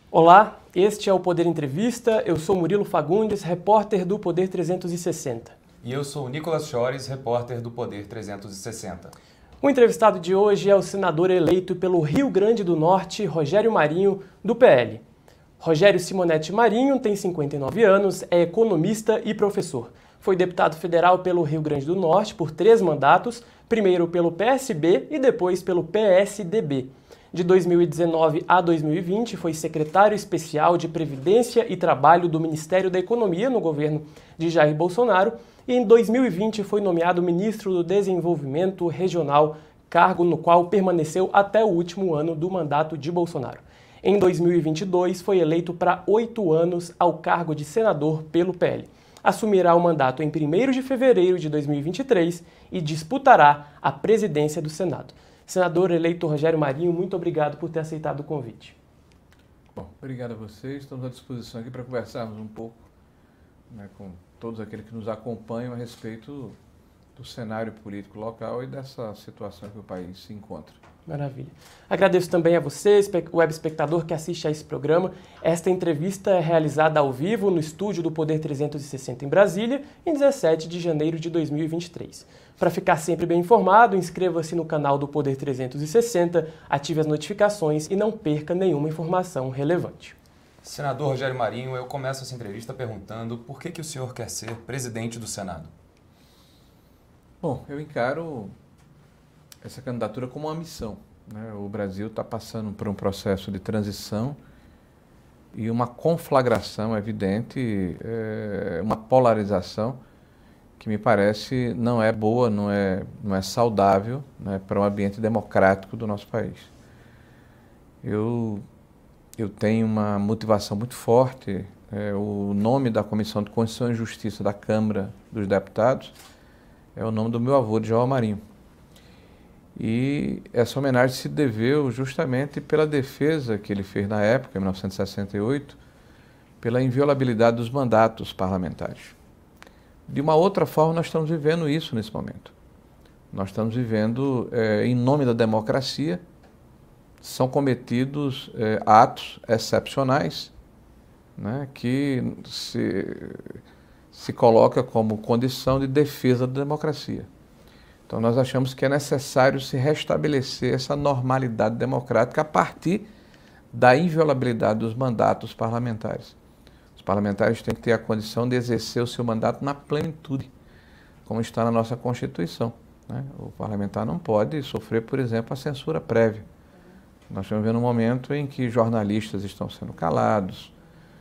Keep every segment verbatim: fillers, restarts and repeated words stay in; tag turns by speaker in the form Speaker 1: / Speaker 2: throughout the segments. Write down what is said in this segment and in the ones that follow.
Speaker 1: Olá, este é o Poder Entrevista, eu sou Murilo Fagundes, repórter do Poder trezentos e sessenta.
Speaker 2: E eu sou Nicolas Chores, repórter do Poder trezentos e sessenta.
Speaker 1: O entrevistado de hoje é o senador eleito pelo Rio Grande do Norte, Rogério Marinho, do P L. Rogério Simonetti Marinho tem cinquenta e nove anos, é economista e professor. Foi deputado federal pelo Rio Grande do Norte por três mandatos, primeiro pelo P S B e depois pelo P S D B. De dois mil e dezenove a dois mil e vinte, foi secretário especial de Previdência e Trabalho do Ministério da Economia no governo de Jair Bolsonaro e em dois mil e vinte foi nomeado ministro do Desenvolvimento Regional, cargo no qual permaneceu até o último ano do mandato de Bolsonaro. Em dois mil e vinte e dois, foi eleito para oito anos ao cargo de senador pelo P L. Assumirá o mandato em primeiro de fevereiro de dois mil e vinte e três e disputará a presidência do Senado. Senador eleito Rogério Marinho, muito obrigado por ter aceitado o convite.
Speaker 3: Bom, obrigado a vocês. Estamos à disposição aqui para conversarmos um pouco, né, com todos aqueles que nos acompanham a respeito do cenário político local e dessa situação que o país se encontra.
Speaker 1: Maravilha. Agradeço também a você, web espectador que assiste a esse programa. Esta entrevista é realizada ao vivo no estúdio do Poder trezentos e sessenta em Brasília, em dezessete de janeiro de dois mil e vinte e três. Para ficar sempre bem informado, inscreva-se no canal do Poder trezentos e sessenta, ative as notificações e não perca nenhuma informação relevante.
Speaker 2: Senador Rogério Marinho, eu começo essa entrevista perguntando por que, que o senhor quer ser presidente do Senado?
Speaker 3: Bom, eu encaro essa candidatura como uma missão, né? O Brasil está passando por um processo de transição e uma conflagração evidente, é, uma polarização que me parece não é boa, não é, não é saudável, né, para o ambiente democrático do nosso país. Eu, eu tenho uma motivação muito forte, é, o nome da Comissão de Constituição e Justiça da Câmara dos Deputados é o nome do meu avô, Djalma Marinho. E essa homenagem se deveu justamente pela defesa que ele fez na época, em mil novecentos e sessenta e oito, pela inviolabilidade dos mandatos parlamentares. De uma outra forma, nós estamos vivendo isso nesse momento. Nós estamos vivendo, é, em nome da democracia, são cometidos é, atos excepcionais, né, que se, se coloca como condição de defesa da democracia. Então, nós achamos que é necessário se restabelecer essa normalidade democrática a partir da inviolabilidade dos mandatos parlamentares. Os parlamentares têm que ter a condição de exercer o seu mandato na plenitude, como está na nossa Constituição, né? O parlamentar não pode sofrer, por exemplo, a censura prévia. Nós estamos vendo um momento em que jornalistas estão sendo calados,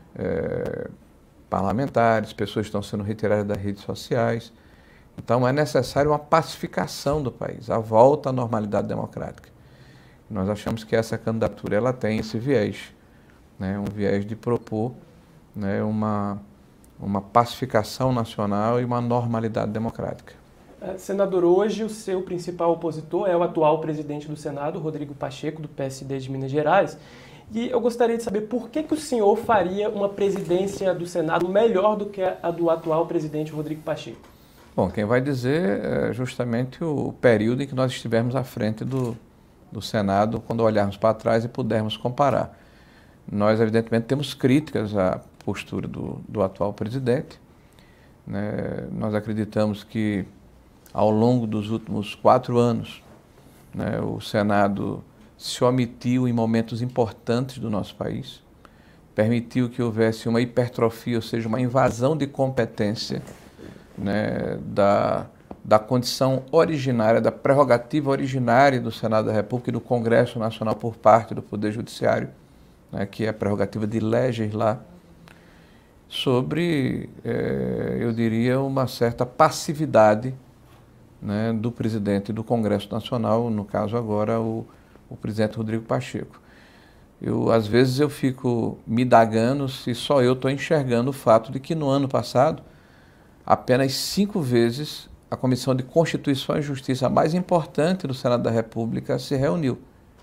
Speaker 3: é, parlamentares, pessoas estão sendo retiradas das redes sociais. Então é necessário uma pacificação do país, a volta à normalidade democrática. Nós achamos que essa candidatura ela tem esse viés, né, um viés de propor, né, uma, uma pacificação nacional e uma normalidade democrática.
Speaker 1: Senador, hoje o seu principal opositor é o atual presidente do Senado, Rodrigo Pacheco, do P S D de Minas Gerais. E eu gostaria de saber por que, que o senhor faria uma presidência do Senado melhor do que a do atual presidente Rodrigo Pacheco?
Speaker 3: Bom, quem vai dizer é justamente o período em que nós estivermos à frente do, do Senado, quando olharmos para trás e pudermos comparar. Nós, evidentemente, temos críticas à postura do, do atual presidente, né? Nós acreditamos que, ao longo dos últimos quatro anos, né, o Senado se omitiu em momentos importantes do nosso país, permitiu que houvesse uma hipertrofia, ou seja, uma invasão de competência, né, da, da condição originária, da prerrogativa originária do Senado da República e do Congresso Nacional por parte do Poder Judiciário, né, que é a prerrogativa de legislar, sobre, eh, eu diria, uma certa passividade, né, do presidente do Congresso Nacional, no caso agora o, o presidente Rodrigo Pacheco. Eu, às vezes eu fico me indagando se só eu estou enxergando o fato de que no ano passado apenas cinco vezes a Comissão de Constituição e Justiça, a mais importante do Senado da República, se reuniu.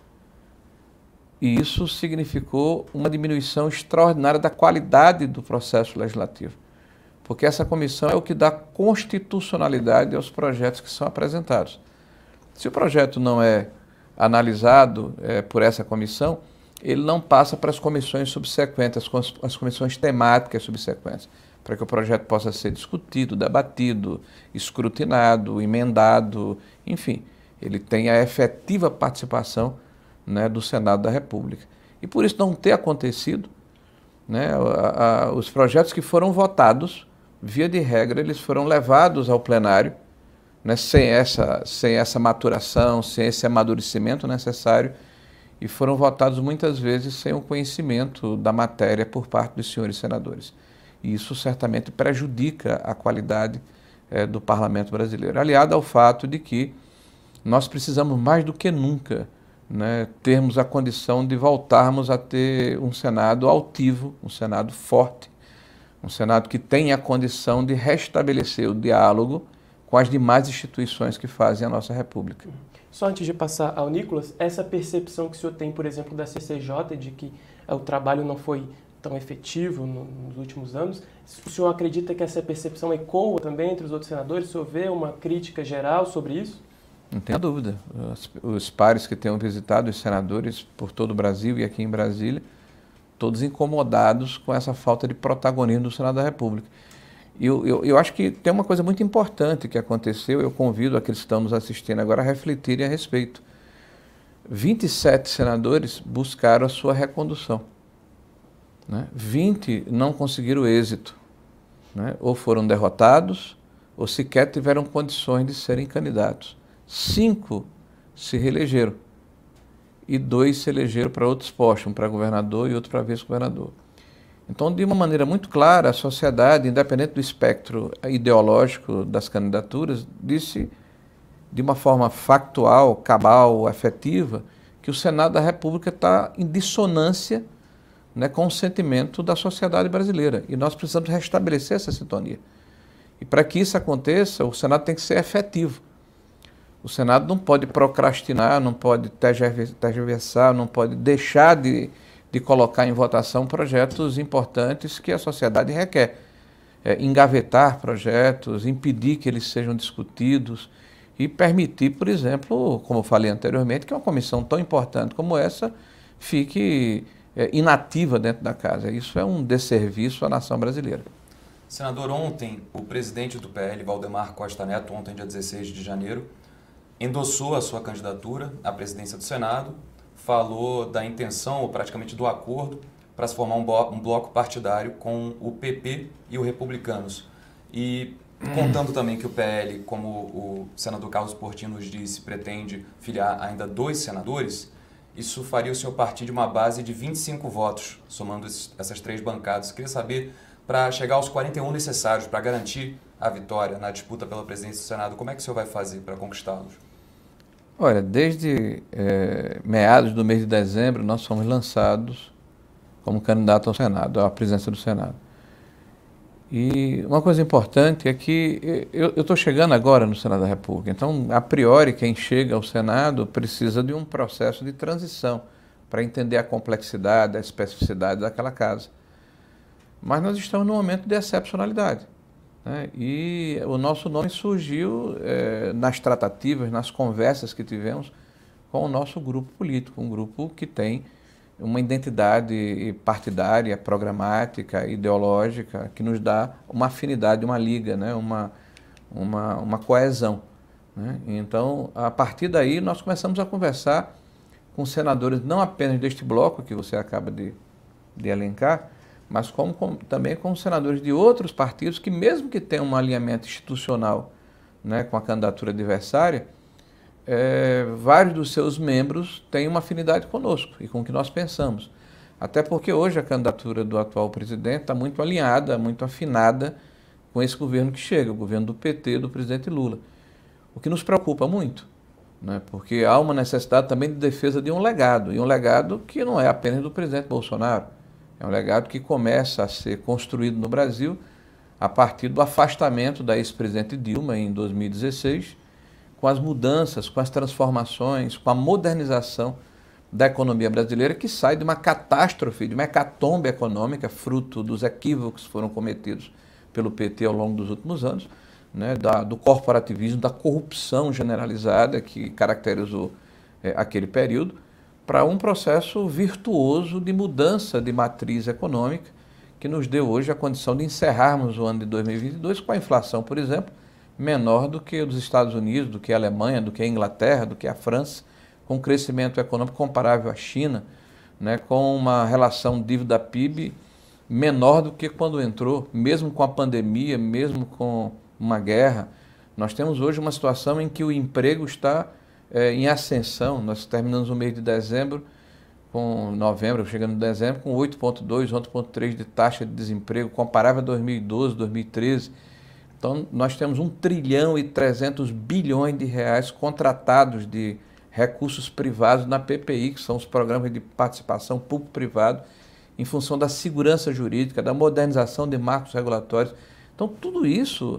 Speaker 3: E isso significou uma diminuição extraordinária da qualidade do processo legislativo, porque essa comissão é o que dá constitucionalidade aos projetos que são apresentados. Se o projeto não é analisado é, por essa comissão, ele não passa para as comissões subsequentes, as, as comissões temáticas subsequentes, para que o projeto possa ser discutido, debatido, escrutinado, emendado, enfim, ele tem a efetiva participação, né, do Senado da República. E por isso não ter acontecido, né, a, a, os projetos que foram votados, via de regra, eles foram levados ao plenário, né, sem essa, sem essa maturação, sem esse amadurecimento necessário, e foram votados muitas vezes sem o conhecimento da matéria por parte dos senhores senadores. E isso certamente prejudica a qualidade eh, do parlamento brasileiro. Aliado ao fato de que nós precisamos mais do que nunca, né, termos a condição de voltarmos a ter um Senado altivo, um Senado forte, um Senado que tenha a condição de restabelecer o diálogo com as demais instituições que fazem a nossa República.
Speaker 1: Só antes de passar ao Nicolas, essa percepção que o senhor tem, por exemplo, da C C J, de que o trabalho não foi tão efetivo nos últimos anos, o senhor acredita que essa percepção ecoa também entre os outros senadores? O senhor vê uma crítica geral sobre isso?
Speaker 3: Não tenha dúvida. Os, os pares que tenham visitado os senadores por todo o Brasil e aqui em Brasília, todos incomodados com essa falta de protagonismo do Senado da República. E eu, eu, eu acho que tem uma coisa muito importante que aconteceu, eu convido aqueles que estão nos assistindo agora a refletirem a respeito. vinte e sete senadores buscaram a sua recondução, né? vinte não conseguiram êxito, né? Ou foram derrotados, ou sequer tiveram condições de serem candidatos. Cinco se reelegeram e dois se elegeram para outros postos, um para governador e outro para vice-governador. Então, de uma maneira muito clara, a sociedade, independente do espectro ideológico das candidaturas, disse de uma forma factual, cabal, efetiva, que o Senado da República está em dissonância, né, com o sentimento da sociedade brasileira. E nós precisamos restabelecer essa sintonia. E para que isso aconteça, o Senado tem que ser efetivo. O Senado não pode procrastinar, não pode tergiversar, não pode deixar de... de colocar em votação projetos importantes que a sociedade requer. É, engavetar projetos, impedir que eles sejam discutidos e permitir, por exemplo, como eu falei anteriormente, que uma comissão tão importante como essa fique é, inativa dentro da casa. Isso é um desserviço à nação brasileira.
Speaker 2: Senador, ontem o presidente do P L, Valdemar Costa Neto, ontem, dia dezesseis de janeiro, endossou a sua candidatura à presidência do Senado, falou da intenção, ou praticamente do acordo, para se formar um bloco, um bloco partidário com o P P e o Republicanos. E contando também que o P L, como o senador Carlos Portinho nos disse, pretende filiar ainda dois senadores, isso faria o senhor partir de uma base de vinte e cinco votos, somando esses, essas três bancadas. Queria saber, para chegar aos quarenta e um necessários para garantir a vitória na disputa pela presidência do Senado, como é que o senhor vai fazer para conquistá-los?
Speaker 3: Olha, desde é, meados do mês de dezembro, nós fomos lançados como candidato ao Senado, à presidência do Senado. E uma coisa importante é que eu estou chegando agora no Senado da República, então, a priori, quem chega ao Senado precisa de um processo de transição para entender a complexidade, a especificidade daquela casa. Mas nós estamos num momento de excepcionalidade. Né? E o nosso nome surgiu é, nas tratativas, nas conversas que tivemos com o nosso grupo político, um grupo que tem uma identidade partidária, programática, ideológica, que nos dá uma afinidade, uma liga, né? uma, uma, uma coesão. Né? Então, a partir daí, nós começamos a conversar com senadores não apenas deste bloco que você acaba de, de elencar, mas como, como, também com senadores de outros partidos que, mesmo que tenham um alinhamento institucional, né, com a candidatura adversária, é, vários dos seus membros têm uma afinidade conosco e com o que nós pensamos. Até porque hoje a candidatura do atual presidente está muito alinhada, muito afinada com esse governo que chega, o governo do P T, do presidente Lula. O que nos preocupa muito, né, porque há uma necessidade também de defesa de um legado, e um legado que não é apenas do presidente Bolsonaro. É um legado que começa a ser construído no Brasil a partir do afastamento da ex-presidente Dilma em dois mil e dezesseis, com as mudanças, com as transformações, com a modernização da economia brasileira, que sai de uma catástrofe, de uma hecatombe econômica, fruto dos equívocos que foram cometidos pelo P T ao longo dos últimos anos, né, da, do corporativismo, da corrupção generalizada que caracterizou é, aquele período, para um processo virtuoso de mudança de matriz econômica que nos deu hoje a condição de encerrarmos o ano de dois mil e vinte e dois com a inflação, por exemplo, menor do que a dos Estados Unidos, do que a Alemanha, do que a Inglaterra, do que a França, com um crescimento econômico comparável à China, né, com uma relação dívida-P I B menor do que quando entrou, mesmo com a pandemia, mesmo com uma guerra. Nós temos hoje uma situação em que o emprego está é, em ascensão. Nós terminamos o mês de dezembro, com novembro, chegando em dezembro, com oito vírgula dois, oito vírgula três de taxa de desemprego, comparável a dois mil e doze, dois mil e treze. Então, nós temos um trilhão e trezentos bilhões de reais contratados de recursos privados na P P I, que são os programas de participação público-privado, em função da segurança jurídica, da modernização de marcos regulatórios. Então, tudo isso,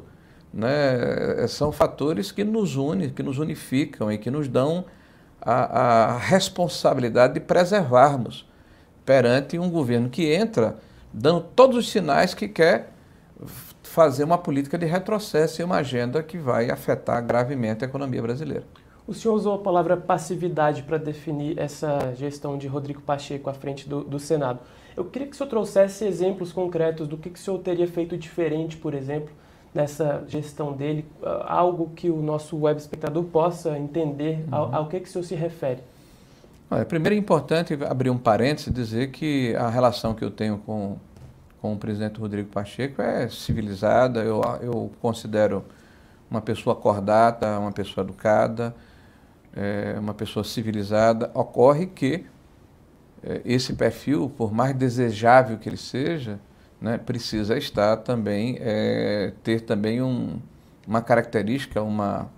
Speaker 3: né, são fatores que nos unem, que nos unificam e que nos dão a, a responsabilidade de preservarmos perante um governo que entra dando todos os sinais que quer fazer uma política de retrocesso e uma agenda que vai afetar gravemente a economia brasileira.
Speaker 1: O senhor usou a palavra passividade para definir essa gestão de Rodrigo Pacheco à frente do, do Senado. Eu queria que o senhor trouxesse exemplos concretos do que, que o senhor teria feito diferente, por exemplo, nessa gestão dele, algo que o nosso web espectador possa entender uhum. ao, ao que, que o senhor se refere.
Speaker 3: Olha, primeiro é importante abrir um parênteses e dizer que a relação que eu tenho com, com o presidente Rodrigo Pacheco é civilizada, eu, eu considero uma pessoa acordada, uma pessoa educada, é, uma pessoa civilizada. Ocorre que é, esse perfil, por mais desejável que ele seja, né, precisa estar também, é, ter também um, uma característica, uma,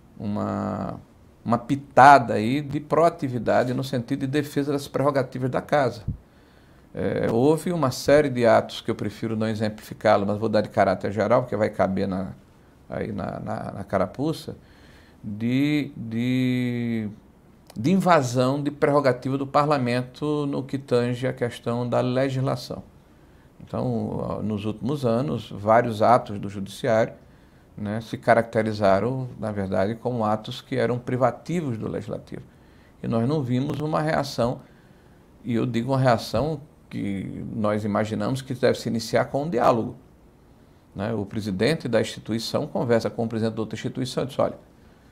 Speaker 3: uma, uma pitada aí de proatividade no sentido de defesa das prerrogativas da casa. É, houve uma série de atos que eu prefiro não exemplificá-lo, mas vou dar de caráter geral, porque vai caber na, aí na, na, na carapuça, de, de, de invasão de prerrogativa do parlamento no que tange a questão da legislação. Então, nos últimos anos, vários atos do judiciário, né, se caracterizaram, na verdade, como atos que eram privativos do legislativo. E nós não vimos uma reação, e eu digo uma reação que nós imaginamos que deve se iniciar com um diálogo. Né? O presidente da instituição conversa com o presidente da outra instituição e diz, olha,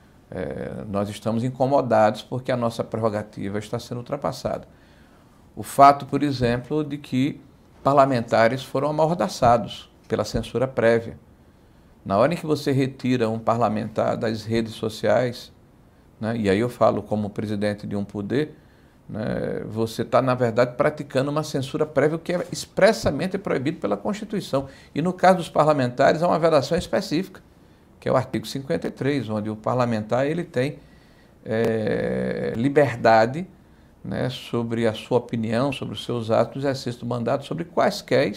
Speaker 3: é, nós estamos incomodados porque a nossa prerrogativa está sendo ultrapassada. O fato, por exemplo, de que parlamentares foram amordaçados pela censura prévia. Na hora em que você retira um parlamentar das redes sociais, né, e aí eu falo como presidente de um poder, né, você está, na verdade, praticando uma censura prévia que é expressamente proibido pela Constituição. E no caso dos parlamentares, há uma vedação específica, que é o artigo cinquenta e três, onde o parlamentar ele tem é, liberdade, né, sobre a sua opinião, sobre os seus atos, exercício do mandato, sobre quaisquer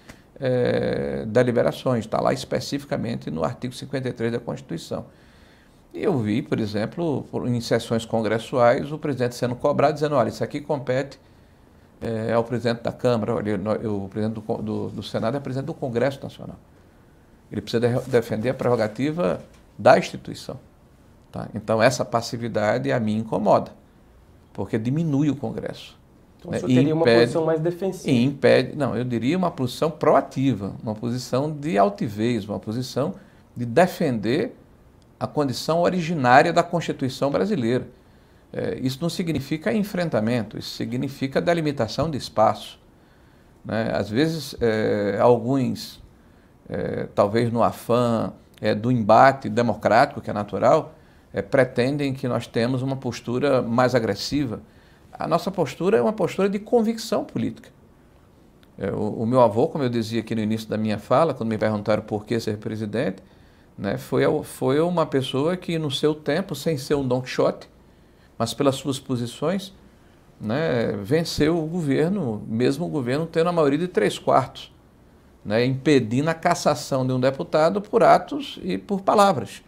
Speaker 3: é, deliberações. Está lá especificamente no artigo cinquenta e três da Constituição. E eu vi, por exemplo, em sessões congressuais, o presidente sendo cobrado, dizendo, olha, isso aqui compete é, ao presidente da Câmara, olha, o presidente do, do, do Senado é presidente do Congresso Nacional. Ele precisa de, defender a prerrogativa da instituição. Tá? Então, essa passividade a mim incomoda, porque diminui o Congresso.
Speaker 1: Então, né? O senhor teria impede, uma posição mais defensiva.
Speaker 3: E impede, não, eu diria uma posição proativa, uma posição de altivez, uma posição de defender a condição originária da Constituição brasileira. É, isso não significa enfrentamento, isso significa delimitação de espaço. Né? Às vezes, é, alguns, é, talvez no afã é, do embate democrático, que é natural, É, pretendem que nós temos uma postura mais agressiva. A nossa postura é uma postura de convicção política. É, o, o meu avô, como eu dizia aqui no início da minha fala, quando me perguntaram por que ser presidente, né, foi, foi uma pessoa que no seu tempo, sem ser um Don Quixote, mas pelas suas posições, né, venceu o governo, mesmo o governo tendo a maioria de três quartos, né, impedindo a cassação de um deputado por atos e por palavras.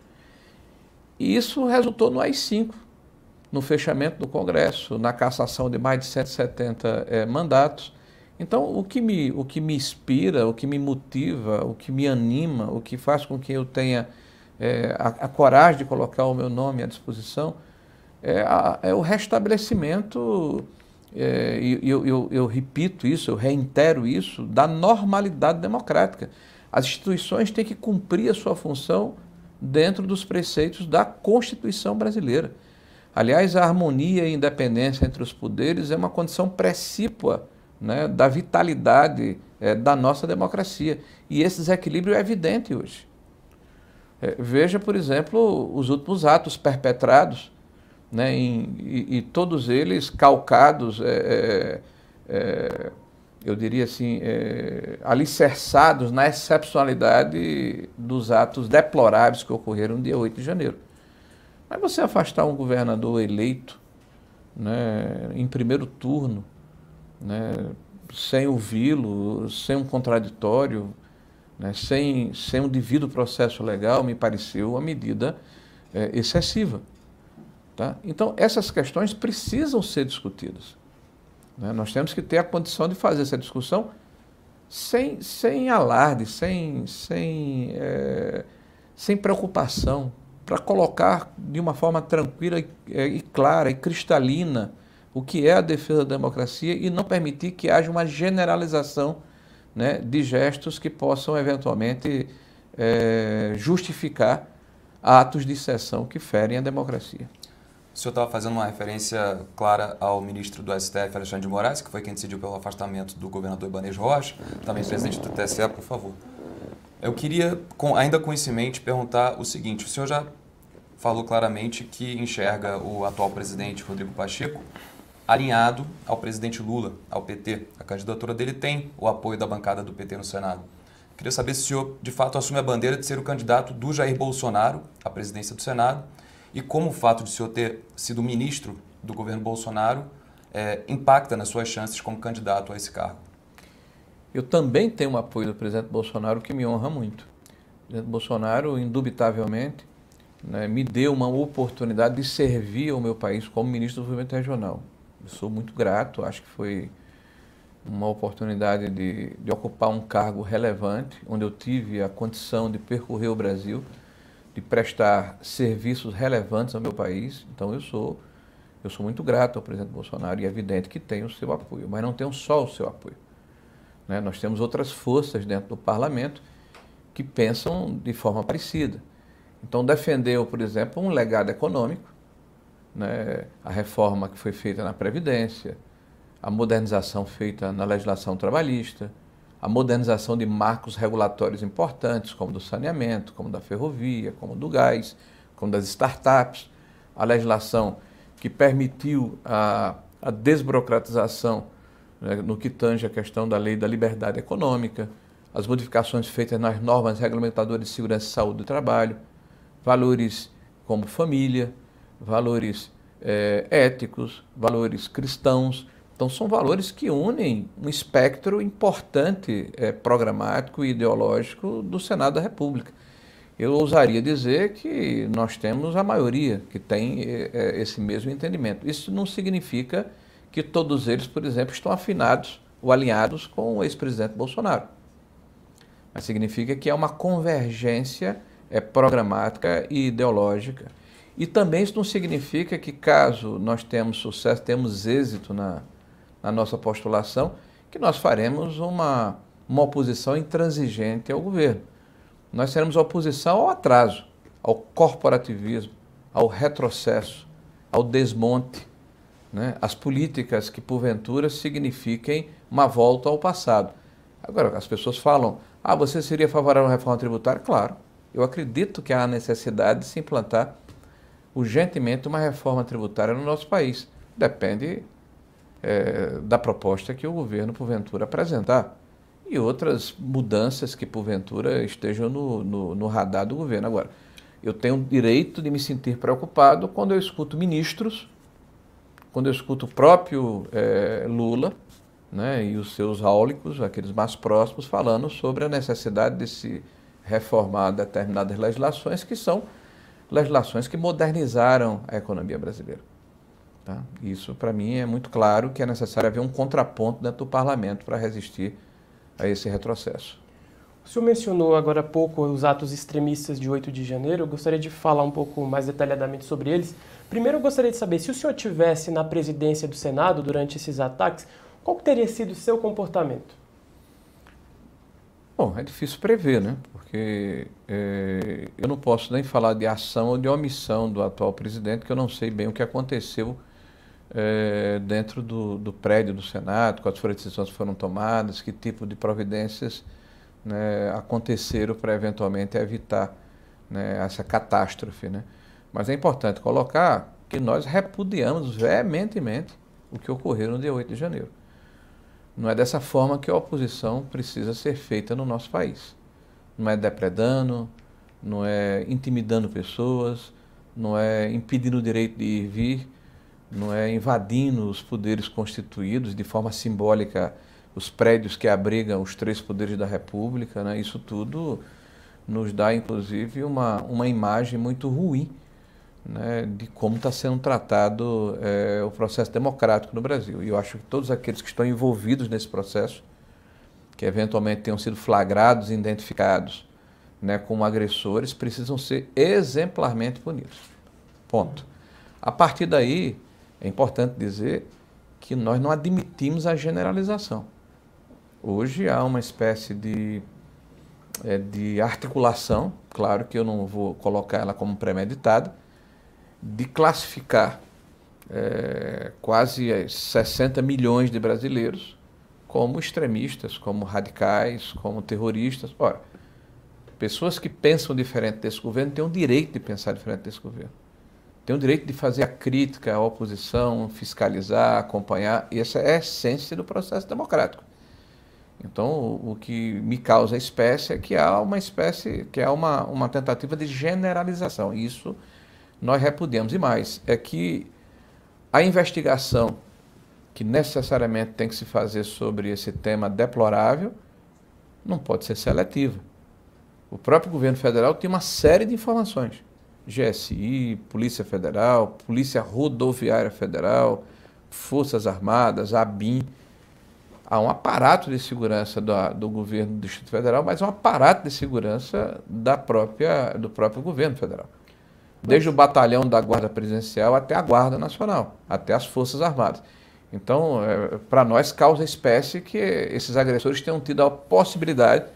Speaker 3: E isso resultou no A I cinco, no fechamento do Congresso, na cassação de mais de cento e setenta é, mandatos. Então, o que, me, o que me inspira, o que me motiva, o que me anima, o que faz com que eu tenha é, a, a coragem de colocar o meu nome à disposição, é, a, é o restabelecimento, é, e eu, eu, eu repito isso, eu reitero isso, da normalidade democrática. As instituições têm que cumprir a sua função dentro dos preceitos da Constituição brasileira. Aliás, a harmonia e independência entre os poderes é uma condição precípua, né, da vitalidade é, da nossa democracia. E esse desequilíbrio é evidente hoje. É, veja, por exemplo, os últimos atos perpetrados, né, em, e, e todos eles calcados, é, é, eu diria assim, é, alicerçados na excepcionalidade dos atos deploráveis que ocorreram no dia oito de janeiro. Mas você afastar um governador eleito, né, em primeiro turno, né, sem ouvi-lo, sem um contraditório, né, sem, sem um devido processo legal, me pareceu uma medida é, excessiva. Tá? Então, essas questões precisam ser discutidas. Né? Nós temos que ter a condição de fazer essa discussão sem, sem alarde, sem, sem, é, sem preocupação, para colocar de uma forma tranquila e, e clara e cristalina o que é a defesa da democracia e não permitir que haja uma generalização, né, de gestos que possam eventualmente é, justificar atos de exceção que ferem a democracia.
Speaker 2: O senhor estava fazendo uma referência clara ao ministro do S T F, Alexandre de Moraes, que foi quem decidiu pelo afastamento do governador Ibanez Rocha, também presidente do T S E, por favor. Eu queria, com, ainda com isso em mente, perguntar o seguinte: o senhor já falou claramente que enxerga o atual presidente, Rodrigo Pacheco, alinhado ao presidente Lula, ao P T. A candidatura dele tem o apoio da bancada do P T no Senado. Queria saber se o senhor, de fato, assume a bandeira de ser o candidato do Jair Bolsonaro à presidência do Senado e como o fato de o senhor ter sido ministro do governo Bolsonaro é, impacta nas suas chances como candidato a esse cargo.
Speaker 3: Eu também tenho o apoio do presidente Bolsonaro, que me honra muito. O presidente Bolsonaro, indubitavelmente, né, me deu uma oportunidade de servir ao meu país como ministro do Desenvolvimento Regional. Eu sou muito grato, acho que foi uma oportunidade de, de ocupar um cargo relevante, onde eu tive a condição de percorrer o Brasil, de prestar serviços relevantes ao meu país. Então eu sou, eu sou muito grato ao presidente Bolsonaro e é evidente que tenho o seu apoio, mas não tenho só o seu apoio. Né? Nós temos outras forças dentro do parlamento que pensam de forma parecida. Então defendeu, por exemplo, um legado econômico, né, a reforma que foi feita na Previdência, a modernização feita na legislação trabalhista, a modernização de marcos regulatórios importantes, como do saneamento, como da ferrovia, como do gás, como das startups, a legislação que permitiu a, a desburocratização, né, no que tange a questão da lei da liberdade econômica, as modificações feitas nas normas regulamentadoras de segurança e saúde do trabalho, valores como família, valores é, éticos, valores cristãos. Então, são valores que unem um espectro importante é, programático e ideológico do Senado da República. Eu ousaria dizer que nós temos a maioria que tem é, esse mesmo entendimento. Isso não significa que todos eles, por exemplo, estão afinados ou alinhados com o ex-presidente Bolsonaro. Mas significa que é uma convergência é, programática e ideológica. E também isso não significa que, caso nós tenhamos sucesso, temos êxito na, na nossa postulação, que nós faremos uma, uma oposição intransigente ao governo. Nós seremos oposição ao atraso, ao corporativismo, ao retrocesso, ao desmonte, né? As políticas que, porventura, signifiquem uma volta ao passado. Agora, as pessoas falam, ah, você seria favorável à reforma tributária? Claro, eu acredito que há necessidade de se implantar urgentemente uma reforma tributária no nosso país. Depende é, da proposta que o governo, porventura, apresentar e outras mudanças que, porventura, estejam no, no, no radar do governo. Agora, eu tenho o direito de me sentir preocupado quando eu escuto ministros, quando eu escuto o próprio é, Lula, né, e os seus áulicos, aqueles mais próximos, falando sobre a necessidade de se reformar determinadas legislações que são legislações que modernizaram a economia brasileira. Tá? Isso, para mim, é muito claro que é necessário haver um contraponto dentro do parlamento para resistir a esse retrocesso.
Speaker 1: O senhor mencionou agora há pouco os atos extremistas de oito de janeiro. Eu gostaria de falar um pouco mais detalhadamente sobre eles. Primeiro, eu gostaria de saber, se o senhor estivesse na presidência do Senado durante esses ataques, qual teria sido o seu comportamento?
Speaker 3: Bom, é difícil prever, né? Porque é, eu não posso nem falar de ação ou de omissão do atual presidente, que eu não sei bem o que aconteceu é, dentro do, do prédio do Senado, quais foram as decisões que foram tomadas, que tipo de providências, né, aconteceram para eventualmente evitar, né, essa catástrofe, né? Mas é importante colocar que nós repudiamos veementemente o que ocorreu no dia oito de janeiro. Não é dessa forma que a oposição precisa ser feita no nosso país. Não é depredando, não é intimidando pessoas, não é impedindo o direito de ir e vir, não é invadindo os poderes constituídos de forma simbólica, os prédios que abrigam os três poderes da República, né? Isso tudo nos dá, inclusive, uma, uma imagem muito ruim, né, de como está sendo tratado é, o processo democrático no Brasil. E eu acho que todos aqueles que estão envolvidos nesse processo, que eventualmente tenham sido flagrados e identificados, né, como agressores, precisam ser exemplarmente punidos. Ponto. A partir daí, é importante dizer que nós não admitimos a generalização. Hoje há uma espécie de, é, de articulação, claro que eu não vou colocar ela como premeditada, de classificar é, quase sessenta milhões de brasileiros como extremistas, como radicais, como terroristas. Ora, pessoas que pensam diferente desse governo têm o direito de pensar diferente desse governo. Têm o direito de fazer a crítica à oposição, fiscalizar, acompanhar, e essa é a essência do processo democrático. Então, o, o que me causa espécie é que há uma espécie, que há uma, uma tentativa de generalização. Isso nós repudiamos. E mais, é que a investigação que necessariamente tem que se fazer sobre esse tema deplorável não pode ser seletiva. O próprio governo federal tem uma série de informações. G S I, Polícia Federal, Polícia Rodoviária Federal, Forças Armadas, A B I M. Há um aparato de segurança do, do governo do Distrito Federal, mas é um aparato de segurança da própria, do próprio governo federal. Desde o batalhão da Guarda Presidencial até a Guarda Nacional, até as Forças Armadas. Então, é, para nós, causa espécie que esses agressores tenham tido a possibilidade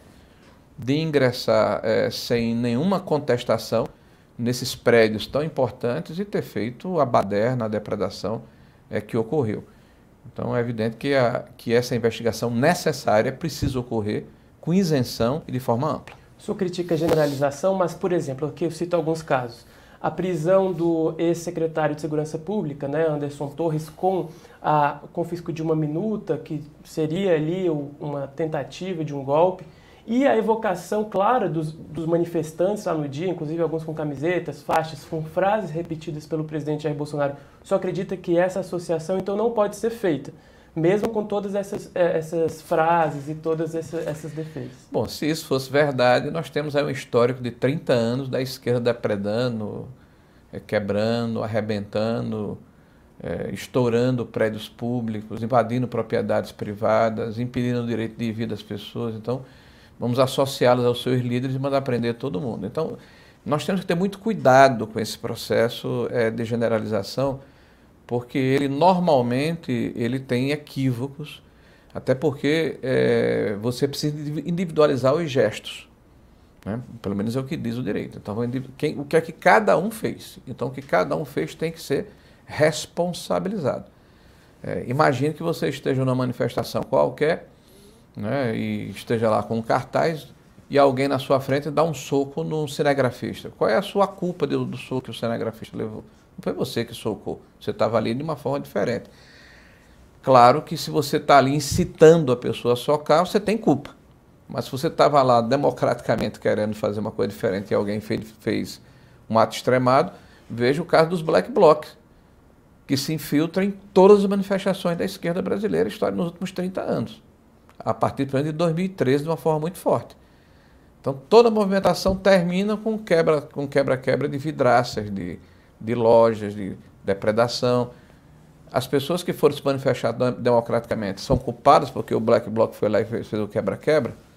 Speaker 3: de ingressar é, sem nenhuma contestação nesses prédios tão importantes e ter feito a baderna, a depredação é, que ocorreu. Então, é evidente que, a, que essa investigação necessária precisa ocorrer com isenção e de forma ampla.
Speaker 1: O senhor critica a generalização, mas, por exemplo, aqui eu cito alguns casos. A prisão do ex-secretário de Segurança Pública, né, Anderson Torres, com a confisco de uma minuta, que seria ali uma tentativa de um golpe, e a evocação clara dos, dos manifestantes lá no dia, inclusive alguns com camisetas, faixas, com frases repetidas pelo presidente Jair Bolsonaro. Só acredita que essa associação, então, não pode ser feita, mesmo com todas essas, essas frases e todas essas, essas defesas?
Speaker 3: Bom, se isso fosse verdade, nós temos aí um histórico de trinta anos da esquerda depredando, quebrando, arrebentando, é, estourando prédios públicos, invadindo propriedades privadas, impedindo o direito de vida das pessoas. Então, vamos associá-los aos seus líderes e mandar prender todo mundo. Então, nós temos que ter muito cuidado com esse processo é, de generalização, porque ele normalmente ele tem equívocos, até porque é, você precisa individualizar os gestos, né? Pelo menos é o que diz o direito. Então, quem, o que é que cada um fez? Então, o que cada um fez tem que ser responsabilizado. É, imagine que você esteja numa manifestação qualquer, né, e esteja lá com um cartaz e alguém na sua frente dá um soco num cinegrafista. Qual é a sua culpa do, do soco que o cinegrafista levou? Não foi você que socou, você estava ali de uma forma diferente. Claro que se você está ali incitando a pessoa a socar, você tem culpa. Mas se você estava lá democraticamente querendo fazer uma coisa diferente e alguém fez, fez um ato extremado, veja o caso dos Black Blocs, que se infiltram em todas as manifestações da esquerda brasileira, história nos últimos trinta anos, a partir de dois mil e treze, de uma forma muito forte. Então, toda a movimentação termina com quebra, com quebra-quebra de vidraças, de, de lojas, de depredação. As pessoas que foram se manifestar democraticamente são culpadas porque o Black Bloc foi lá e fez, fez o quebra-quebra?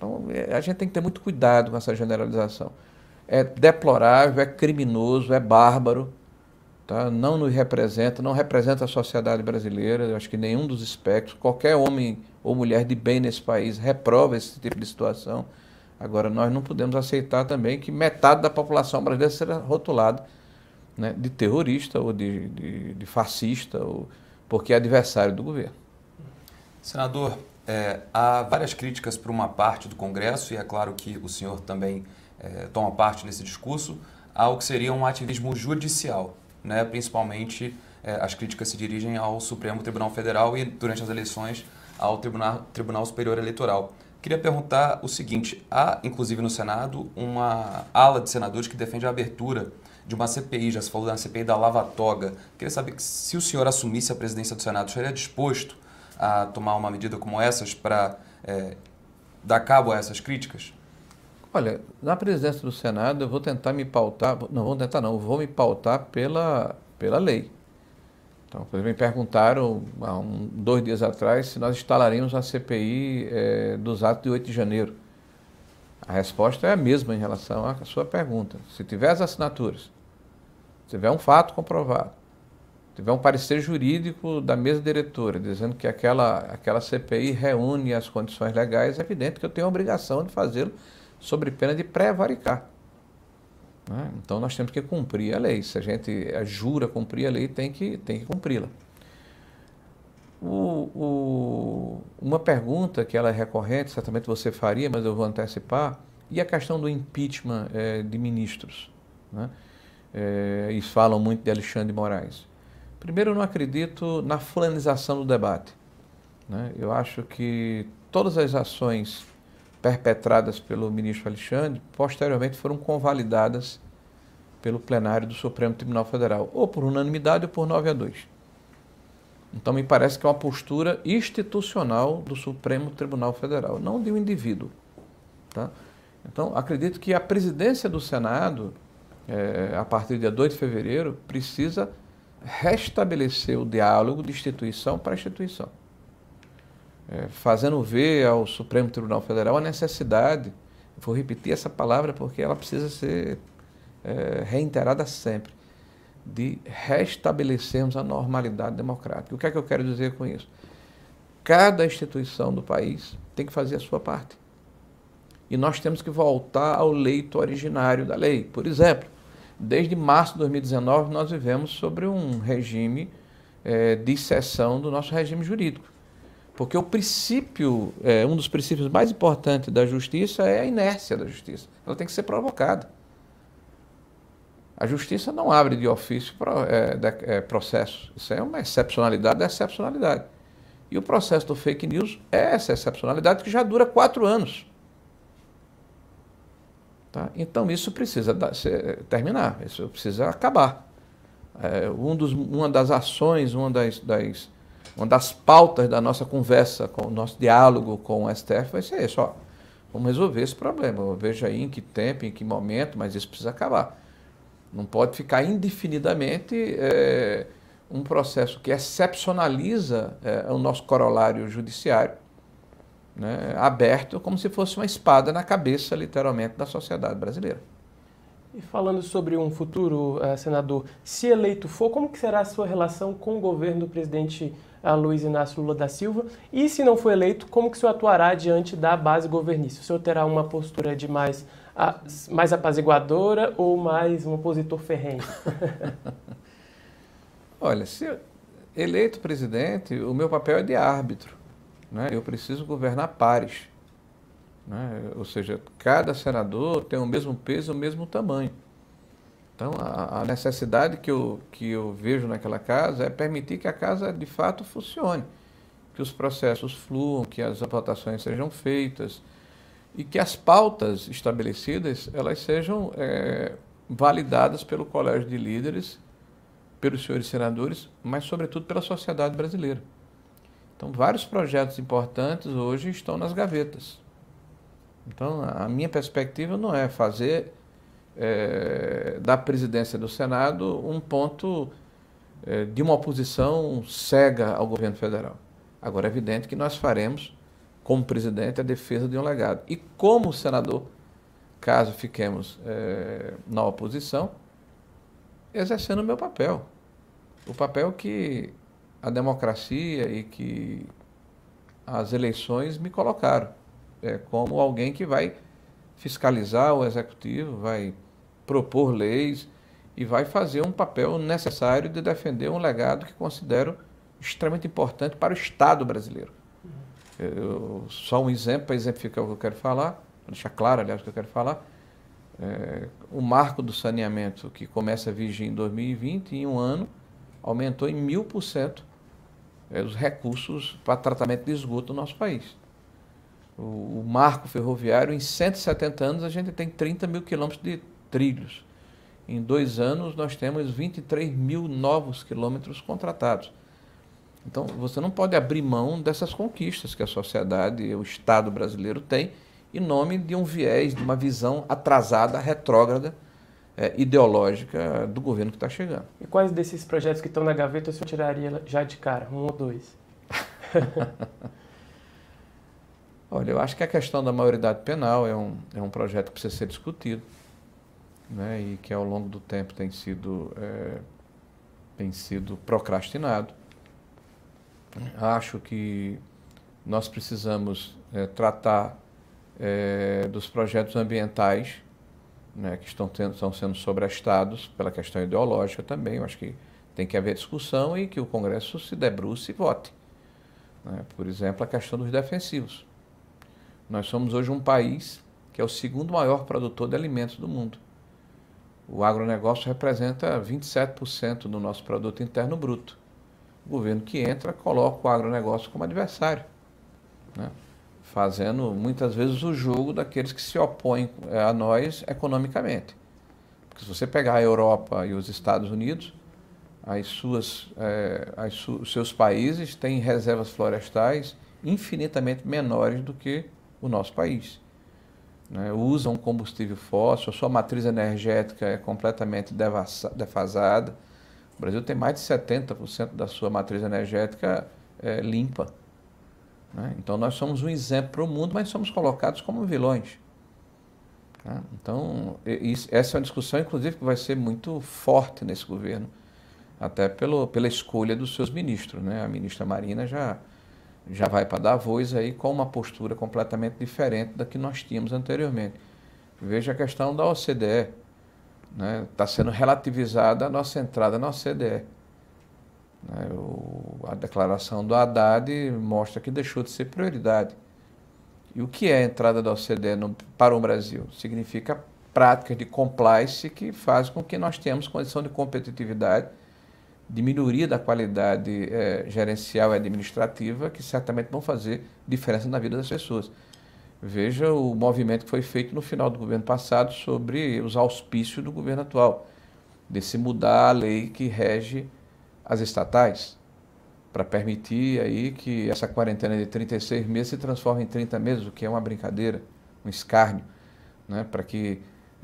Speaker 3: Então, a gente tem que ter muito cuidado com essa generalização. É deplorável, é criminoso, é bárbaro, tá? Não nos representa, não representa a sociedade brasileira. Eu acho que nenhum dos espectros, qualquer homem ou mulher de bem nesse país reprova esse tipo de situação. Agora, nós não podemos aceitar também que metade da população brasileira seja rotulada, né, de terrorista ou de, de, de fascista, ou, porque é adversário do governo.
Speaker 2: Senador, é, há várias críticas por uma parte do Congresso, e é claro que o senhor também é, toma parte nesse discurso, ao que seria um ativismo judicial, né? Principalmente é, as críticas se dirigem ao Supremo Tribunal Federal e, durante as eleições, ao Tribunal, Tribunal Superior Eleitoral. Queria perguntar o seguinte: há, inclusive no Senado, uma ala de senadores que defende a abertura de uma C P I, já se falou da C P I da Lava Toga. Queria saber que, se o senhor assumisse a presidência do Senado, estaria disposto a tomar uma medida como essas para é, dar cabo a essas críticas?
Speaker 3: Olha, na presidência do Senado eu vou tentar me pautar, não vou tentar não, vou me pautar pela, pela lei. Então, por exemplo, me perguntaram há um, dois dias atrás se nós instalaríamos a C P I é, dos atos de oito de janeiro. A resposta é a mesma em relação à sua pergunta. Se tiver as assinaturas, se tiver um fato comprovado, se tiver um parecer jurídico da mesa diretora dizendo que aquela, aquela C P I reúne as condições legais, é evidente que eu tenho a obrigação de fazê-lo sob pena de prevaricar. Né? Então nós temos que cumprir a lei. Se a gente jura cumprir a lei, tem que, tem que cumpri-la. O, o, uma pergunta que ela é recorrente, certamente você faria, mas eu vou antecipar, e a questão do impeachment é, de ministros. Né? É, eles falam muito de Alexandre de Moraes. Primeiro, eu não acredito na fulanização do debate. Né? Eu acho que todas as ações perpetradas pelo ministro Alexandre, posteriormente foram convalidadas pelo plenário do Supremo Tribunal Federal, ou por unanimidade ou por nove a dois. Então, me parece que é uma postura institucional do Supremo Tribunal Federal, não de um indivíduo. Tá? Então, acredito que a presidência do Senado, é, a partir do dia dois de fevereiro, precisa restabelecer o diálogo de instituição para instituição. É, fazendo ver ao Supremo Tribunal Federal a necessidade, vou repetir essa palavra porque ela precisa ser é, reiterada sempre, de restabelecermos a normalidade democrática. O que é que eu quero dizer com isso? Cada instituição do país tem que fazer a sua parte. E nós temos que voltar ao leito originário da lei. Por exemplo, desde março de dois mil e dezenove, nós vivemos sobre um regime é, de exceção do nosso regime jurídico. Porque o princípio, é, um dos princípios mais importantes da justiça é a inércia da justiça. Ela tem que ser provocada. A justiça não abre de ofício é, de, é, processo. Isso é uma excepcionalidade da excepcionalidade. E o processo do fake news é essa excepcionalidade que já dura quatro anos. Tá? Então isso precisa da, ser, terminar, isso precisa acabar. É, um dos, uma das ações, uma das, das Uma das pautas da nossa conversa, com o nosso diálogo com o S T F vai ser isso, ó, vamos resolver esse problema. Veja aí em que tempo, em que momento, mas isso precisa acabar. Não pode ficar indefinidamente é, um processo que excepcionaliza é, o nosso corolário judiciário, né, aberto como se fosse uma espada na cabeça, literalmente, da sociedade brasileira.
Speaker 1: E falando sobre um futuro, uh, senador, se eleito for, como que será a sua relação com o governo do presidente uh, Luiz Inácio Lula da Silva? E se não for eleito, como que o senhor atuará diante da base governista? O senhor terá uma postura de mais, uh, mais apaziguadora ou mais um opositor ferrenho?
Speaker 3: Olha, se eleito presidente, o meu papel é de árbitro. Né? Eu preciso governar pares. Né? Ou seja, cada senador tem o mesmo peso e o mesmo tamanho. Então, a, a necessidade que eu, que eu vejo naquela casa é permitir que a casa, de fato, funcione, que os processos fluam, que as votações sejam feitas e que as pautas estabelecidas elas sejam é, validadas pelo Colégio de Líderes, pelos senhores senadores, mas, sobretudo, pela sociedade brasileira. Então, vários projetos importantes hoje estão nas gavetas. Então, a minha perspectiva não é fazer é, da presidência do Senado um ponto é, de uma oposição cega ao governo federal. Agora, é evidente que nós faremos como presidente, a defesa de um legado. E como senador, caso fiquemos é, na oposição, exercendo o meu papel. O papel que a democracia e que as eleições me colocaram. É, como alguém que vai fiscalizar o executivo, vai propor leis e vai fazer um papel necessário de defender um legado que considero extremamente importante para o Estado brasileiro. Eu, só um exemplo para exemplificar o que eu quero falar, para deixar claro, aliás, o que eu quero falar. É, o marco do saneamento, que começa a vigir em dois mil e vinte, em um ano, aumentou em mil por cento é, os recursos para tratamento de esgoto no nosso país. O, o marco ferroviário, em cento e setenta anos, a gente tem trinta mil quilômetros de trilhos. Em dois anos, nós temos vinte e três mil novos quilômetros contratados. Então, você não pode abrir mão dessas conquistas que a sociedade e o Estado brasileiro tem em nome de um viés, de uma visão atrasada, retrógrada, é, ideológica do governo que está chegando.
Speaker 1: E quais desses projetos que estão na gaveta o senhor tiraria já de cara? Um ou dois?
Speaker 3: Olha, eu acho que a questão da maioridade penal é um, é um projeto que precisa ser discutido, né, e que ao longo do tempo tem sido, é, tem sido procrastinado. Acho que nós precisamos é, tratar é, dos projetos ambientais, né, que estão, tendo, estão sendo sobrestados pela questão ideológica também. Eu acho que tem que haver discussão e que o Congresso se debruce e vote. Né? Por exemplo, a questão dos defensivos. Nós somos hoje um país que é o segundo maior produtor de alimentos do mundo. O agronegócio representa vinte e sete por cento do nosso produto interno bruto. O governo que entra coloca o agronegócio como adversário, né? Fazendo muitas vezes o jogo daqueles que se opõem a nós economicamente. Porque se você pegar a Europa e os Estados Unidos, as suas, é, as su os seus países têm reservas florestais infinitamente menores do que o nosso país. Né? Usam combustível fóssil, a sua matriz energética é completamente defasada. O Brasil tem mais de setenta por cento da sua matriz energética é, limpa. Né? Então, nós somos um exemplo para o mundo, mas somos colocados como vilões. Né? Então, isso, essa é uma discussão, inclusive, que vai ser muito forte nesse governo, até pelo, pela escolha dos seus ministros. Né? A ministra Marina já, já vai para Davos aí com uma postura completamente diferente da que nós tínhamos anteriormente. Veja a questão da O C D E. Está, né, sendo relativizada a nossa entrada na O C D E. Né, o, a declaração do Haddad mostra que deixou de ser prioridade. E o que é a entrada da O C D E no, para o Brasil? Significa práticas de compliance que fazem com que nós tenhamos condição de competitividade, de melhoria da qualidade é, gerencial e administrativa, que certamente vão fazer diferença na vida das pessoas. Veja o movimento que foi feito no final do governo passado sobre os auspícios do governo atual, de se mudar a lei que rege as estatais, para permitir aí que essa quarentena de trinta e seis meses se transforme em trinta meses, o que é uma brincadeira, um escárnio, né, para que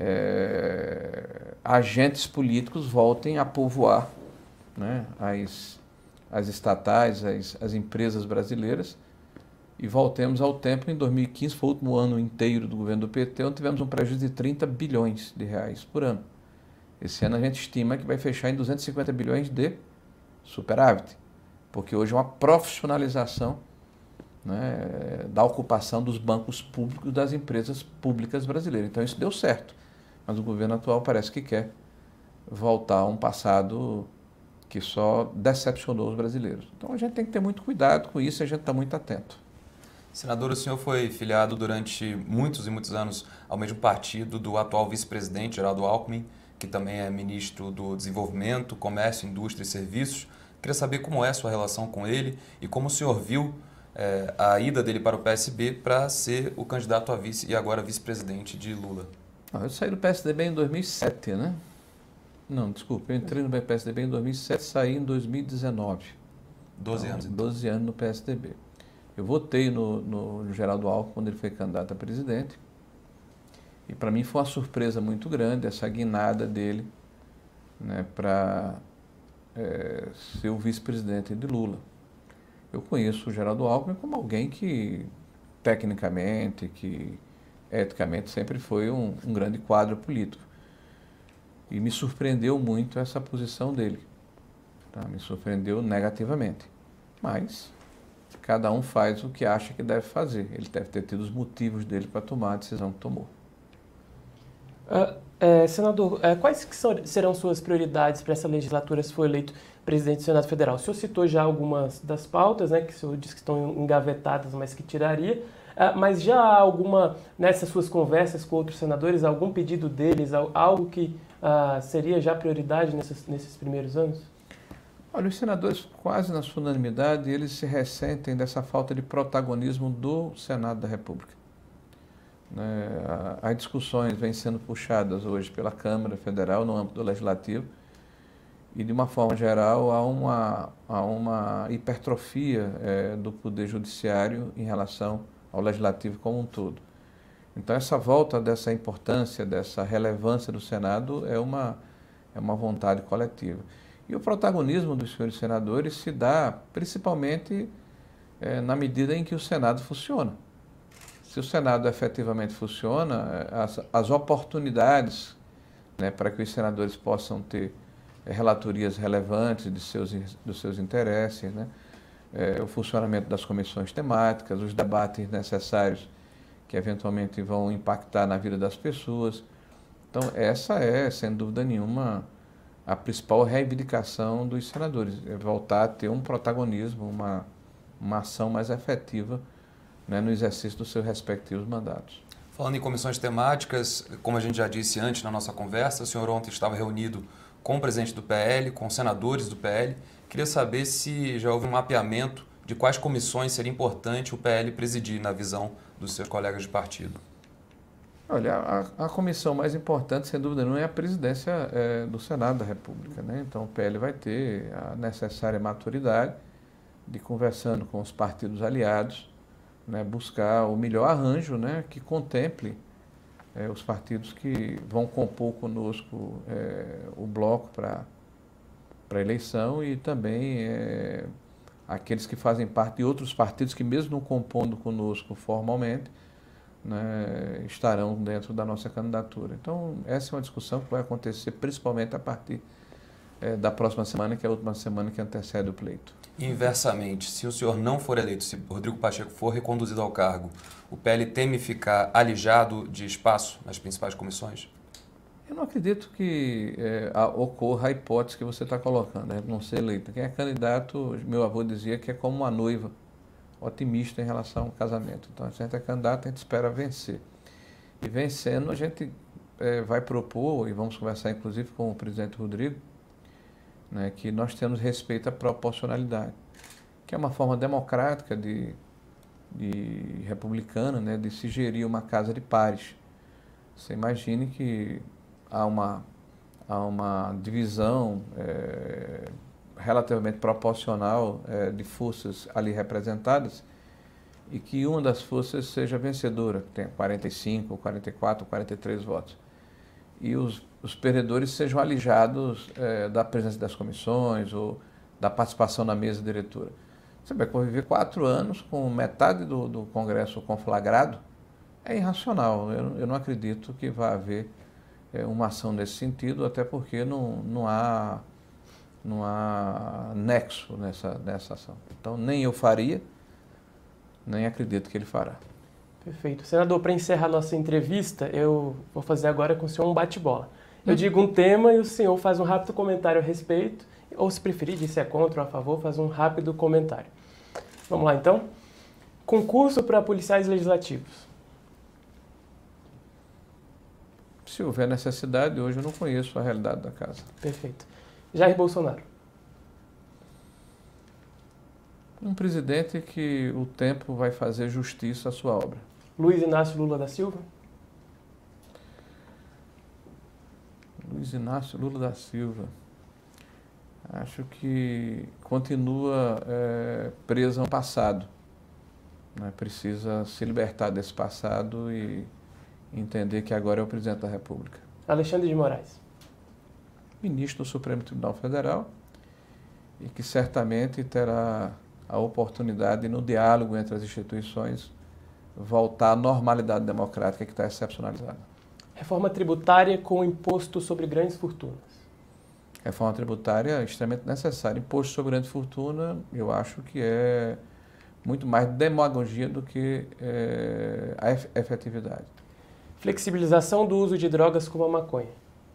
Speaker 3: é, agentes políticos voltem a povoar, né, as, as estatais, as, as empresas brasileiras, e voltemos ao tempo, em dois mil e quinze, foi o último ano inteiro do governo do P T, onde tivemos um prejuízo de trinta bilhões de reais por ano. Esse ano a gente estima que vai fechar em duzentos e cinquenta bilhões de superávit, porque hoje é uma profissionalização, né, da ocupação dos bancos públicos das empresas públicas brasileiras. Então isso deu certo, mas o governo atual parece que quer voltar a um passado que só decepcionou os brasileiros. Então a gente tem que ter muito cuidado com isso e a gente está muito atento.
Speaker 2: Senador, o senhor foi filiado durante muitos e muitos anos ao mesmo partido do atual vice-presidente, Geraldo Alckmin, que também é ministro do Desenvolvimento, Comércio, Indústria e Serviços. Queria saber como é a sua relação com ele e como o senhor viu é, a ida dele para o P S B para ser o candidato a vice e agora vice-presidente de Lula.
Speaker 3: Eu saí do P S D B em dois mil e sete, né? Não, desculpa, eu entrei no P S D B em dois mil e sete e saí em dois mil e dezenove.
Speaker 2: doze anos, então.
Speaker 3: doze anos no P S D B. Eu votei no, no, no Geraldo Alckmin quando ele foi candidato a presidente. E para mim foi uma surpresa muito grande essa guinada dele, né, para é, ser o vice-presidente de Lula. Eu conheço o Geraldo Alckmin como alguém que tecnicamente, que eticamente sempre foi um, um grande quadro político. E me surpreendeu muito essa posição dele. Tá? Me surpreendeu negativamente. Mas cada um faz o que acha que deve fazer. Ele deve ter tido os motivos dele para tomar a decisão que tomou.
Speaker 1: Uh, é, senador, é, quais que são, serão suas prioridades para essa legislatura se for eleito presidente do Senado Federal? O senhor citou já algumas das pautas, né, que o senhor disse que estão engavetadas, mas que tiraria. Uh, mas já há alguma, nessas suas conversas com outros senadores, algum pedido deles, algo que uh, seria já prioridade nesses, nesses primeiros anos?
Speaker 3: Olha, os senadores, quase na sua unanimidade, eles se ressentem dessa falta de protagonismo do Senado da República. Né? As discussões vêm sendo puxadas hoje pela Câmara Federal no âmbito do Legislativo e, de uma forma geral, há uma, há uma hipertrofia é, do Poder Judiciário em relação ao Legislativo como um todo. Então, essa volta dessa importância, dessa relevância do Senado é uma, é uma vontade coletiva. E o protagonismo dos senhores senadores se dá principalmente é, na medida em que o Senado funciona. Se o Senado efetivamente funciona, as, as oportunidades, né, para que os senadores possam ter é, relatorias relevantes de seus, dos seus interesses, né, é, o funcionamento das comissões temáticas, os debates necessários que eventualmente vão impactar na vida das pessoas. Então, essa é, sem dúvida nenhuma, a principal reivindicação dos senadores, é voltar a ter um protagonismo, uma, uma ação mais efetiva, né, no exercício dos seus respectivos mandatos.
Speaker 2: Falando em comissões temáticas, como a gente já disse antes na nossa conversa, o senhor ontem estava reunido com o presidente do P L, com senadores do P L. Queria saber se já houve um mapeamento de quais comissões seria importante o P L presidir na visão dos seus colegas de partido.
Speaker 3: Olha, a, a comissão mais importante, sem dúvida não é a presidência é, do Senado da República, né? Então o P L vai ter a necessária maturidade de, conversando com os partidos aliados, né, buscar o melhor arranjo, né, que contemple é, os partidos que vão compor conosco é, o bloco para a eleição e também é, aqueles que fazem parte de outros partidos que, mesmo não compondo conosco formalmente, né, estarão dentro da nossa candidatura. Então, essa é uma discussão que vai acontecer principalmente a partir é, da próxima semana, que é a última semana que antecede o pleito.
Speaker 2: Inversamente, se o senhor não for eleito, se Rodrigo Pacheco for reconduzido ao cargo, o P L teme ficar alijado de espaço nas principais comissões?
Speaker 3: Eu não acredito que é, a, ocorra a hipótese que você está colocando, né, não ser eleito. Quem é candidato, meu avô dizia que é como uma noiva, otimista em relação ao casamento. Então, se a gente é candidato, a gente espera vencer. E vencendo, a gente é, vai propor, e vamos conversar inclusive com o presidente Rodrigo, né, que nós temos respeito à proporcionalidade, que é uma forma democrática de, de republicana, né, de se gerir uma casa de pares. Você imagine que há uma, há uma divisão é, relativamente proporcional é, de forças ali representadas e que uma das forças seja vencedora, que tenha quarenta e cinco, quarenta e quatro, quarenta e três votos. E os, os perdedores sejam alijados é, da presença das comissões ou da participação na mesa diretora. Você vai conviver quatro anos com metade do, do Congresso conflagrado, é irracional. Eu, eu não acredito que vá haver é, uma ação nesse sentido, até porque não, não há... não há nexo nessa, nessa ação. Então, nem eu faria, nem acredito que ele fará.
Speaker 1: Perfeito. Senador, para encerrar nossa entrevista, eu vou fazer agora com o senhor um bate-bola. Eu hum. digo um tema e o senhor faz um rápido comentário a respeito, ou se preferir, diz se é contra ou a favor, faz um rápido comentário. Vamos lá, então? Concurso para policiais legislativos.
Speaker 3: Se houver necessidade, hoje eu não conheço a realidade da casa.
Speaker 1: Perfeito. Jair Bolsonaro.
Speaker 3: Um presidente que o tempo vai fazer justiça à sua obra.
Speaker 1: Luiz Inácio Lula da Silva.
Speaker 3: Luiz Inácio Lula da Silva. Acho que continua é, preso ao passado. Né? Precisa se libertar desse passado e entender que agora é o presidente da República.
Speaker 1: Alexandre de Moraes.
Speaker 3: Ministro do Supremo Tribunal Federal e que certamente terá a oportunidade, no diálogo entre as instituições, voltar à normalidade democrática que está excepcionalizada.
Speaker 1: Reforma tributária com imposto sobre grandes fortunas.
Speaker 3: Reforma tributária é extremamente necessária. Imposto sobre grande fortuna, eu acho que é muito mais demagogia do que é, a efetividade.
Speaker 1: Flexibilização do uso de drogas como a maconha.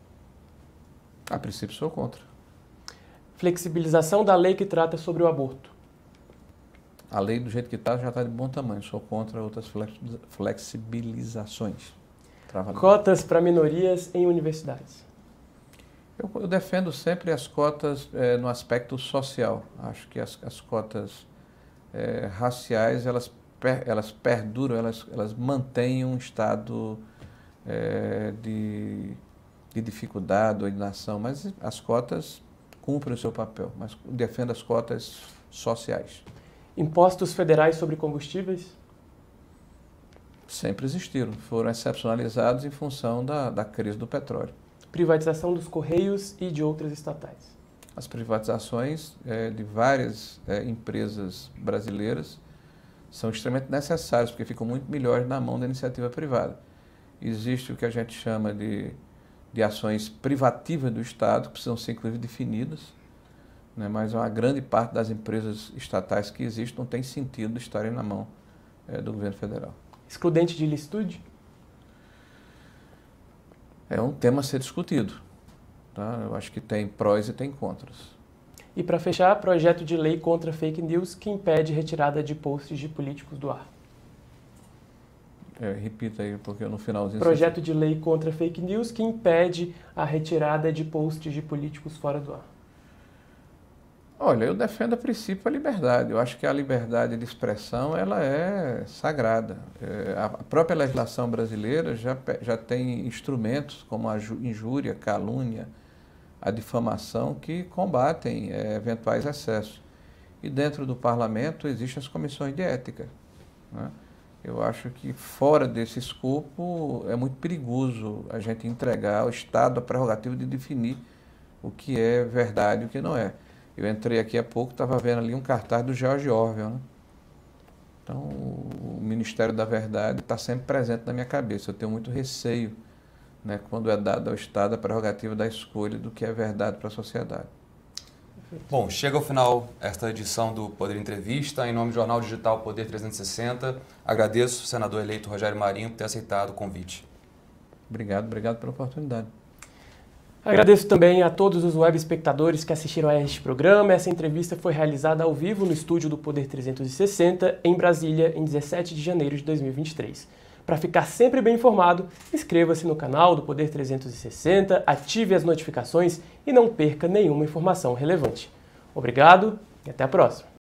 Speaker 3: A princípio, sou contra.
Speaker 1: Flexibilização da lei que trata sobre o aborto.
Speaker 3: A lei, do jeito que está, já está de bom tamanho. Sou contra outras flexibilizações. Trabalho.
Speaker 1: Cotas para minorias em universidades.
Speaker 3: Eu, eu defendo sempre as cotas é, no aspecto social. Acho que as, as cotas é, raciais, elas, per, elas perduram, elas, elas mantêm um estado é, de, de dificuldade ou inação, mas as cotas cumprem o seu papel. Mas defendo as cotas sociais.
Speaker 1: Impostos federais sobre combustíveis?
Speaker 3: Sempre existiram, foram excepcionalizados em função da, da crise do petróleo.
Speaker 1: Privatização dos Correios e de outras estatais.
Speaker 3: As privatizações é, de várias é, empresas brasileiras são extremamente necessárias, porque ficam muito melhores na mão da iniciativa privada. Existe o que a gente chama de, de ações privativas do Estado, que precisam ser inclusive definidas, né, mas uma grande parte das empresas estatais que existem não tem sentido estarem na mão é, do governo federal.
Speaker 1: Excludente de licitude?
Speaker 3: É um tema a ser discutido. Tá? Eu acho que tem prós e tem contras.
Speaker 1: E para fechar, projeto de lei contra fake news que impede retirada de posts de políticos do ar.
Speaker 3: É, repita aí, porque no finalzinho...
Speaker 1: Projeto de lei contra fake news que impede a retirada de posts de políticos fora do ar.
Speaker 3: Olha, eu defendo a princípio a liberdade. Eu acho que a liberdade de expressão ela é sagrada. É, a própria legislação brasileira já, já tem instrumentos como a injúria, calúnia, a difamação que combatem é, eventuais excessos. E dentro do parlamento existem as comissões de ética, né? Eu acho que fora desse escopo é muito perigoso a gente entregar ao Estado a prerrogativa de definir o que é verdade e o que não é. Eu entrei aqui há pouco, estava vendo ali um cartaz do George Orwell, né? Então, o Ministério da Verdade está sempre presente na minha cabeça. Eu tenho muito receio, né, quando é dado ao Estado a prerrogativa da escolha do que é verdade para a sociedade.
Speaker 2: Bom, chega ao final esta edição do Poder Entrevista. Em nome do Jornal Digital Poder trezentos e sessenta, agradeço ao senador eleito Rogério Marinho por ter aceitado o convite.
Speaker 3: Obrigado, obrigado pela oportunidade.
Speaker 1: Agradeço também a todos os web espectadores que assistiram a este programa. Essa entrevista foi realizada ao vivo no estúdio do Poder trezentos e sessenta, em Brasília, em dezessete de janeiro de dois mil e vinte e três. Para ficar sempre bem informado, inscreva-se no canal do Poder trezentos e sessenta, ative as notificações e não perca nenhuma informação relevante. Obrigado e até a próxima!